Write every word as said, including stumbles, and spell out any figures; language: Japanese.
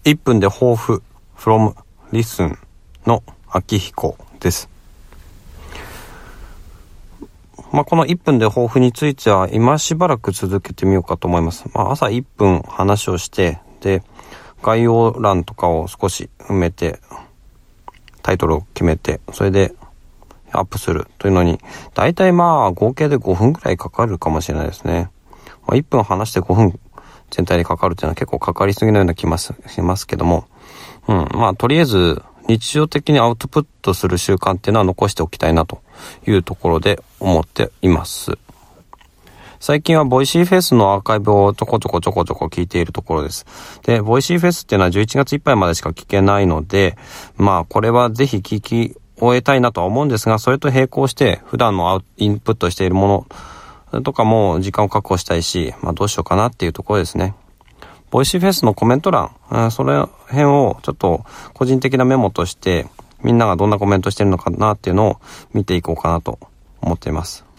いっぷんで抱負 from listen の秋彦です。まあ、このいっぷんで抱負については今しばらく続けてみようかと思います。まあ、朝いっぷん話をして、で、概要欄とかを少し埋めて、タイトルを決めて、それでアップするというのに、だいたいまあ合計でごふんくらいかかるかもしれないですね。まあ、いっぷん話してごふん全体でかかるっていうのは結構かかりすぎのような気もしますけども、うん、まあとりあえず日常的にアウトプットする習慣っていうのは残しておきたいなというところで思っています。最近はボイシーフェスのアーカイブをちょこちょこちょこちょこ聞いているところです。で、ボイシーフェスっていうのはじゅういちがついっぱいまでしか聞けないので、まあこれはぜひ聞き終えたいなとは思うんですが、それと並行して普段のインプットしているものとかも時間を確保したいし、まあどうしようかなっていうところですね。ボイシーフェスのコメント欄、それ辺をちょっと個人的なメモとしてみんながどんなコメントしてるのかなっていうのを見ていこうかなと思っています。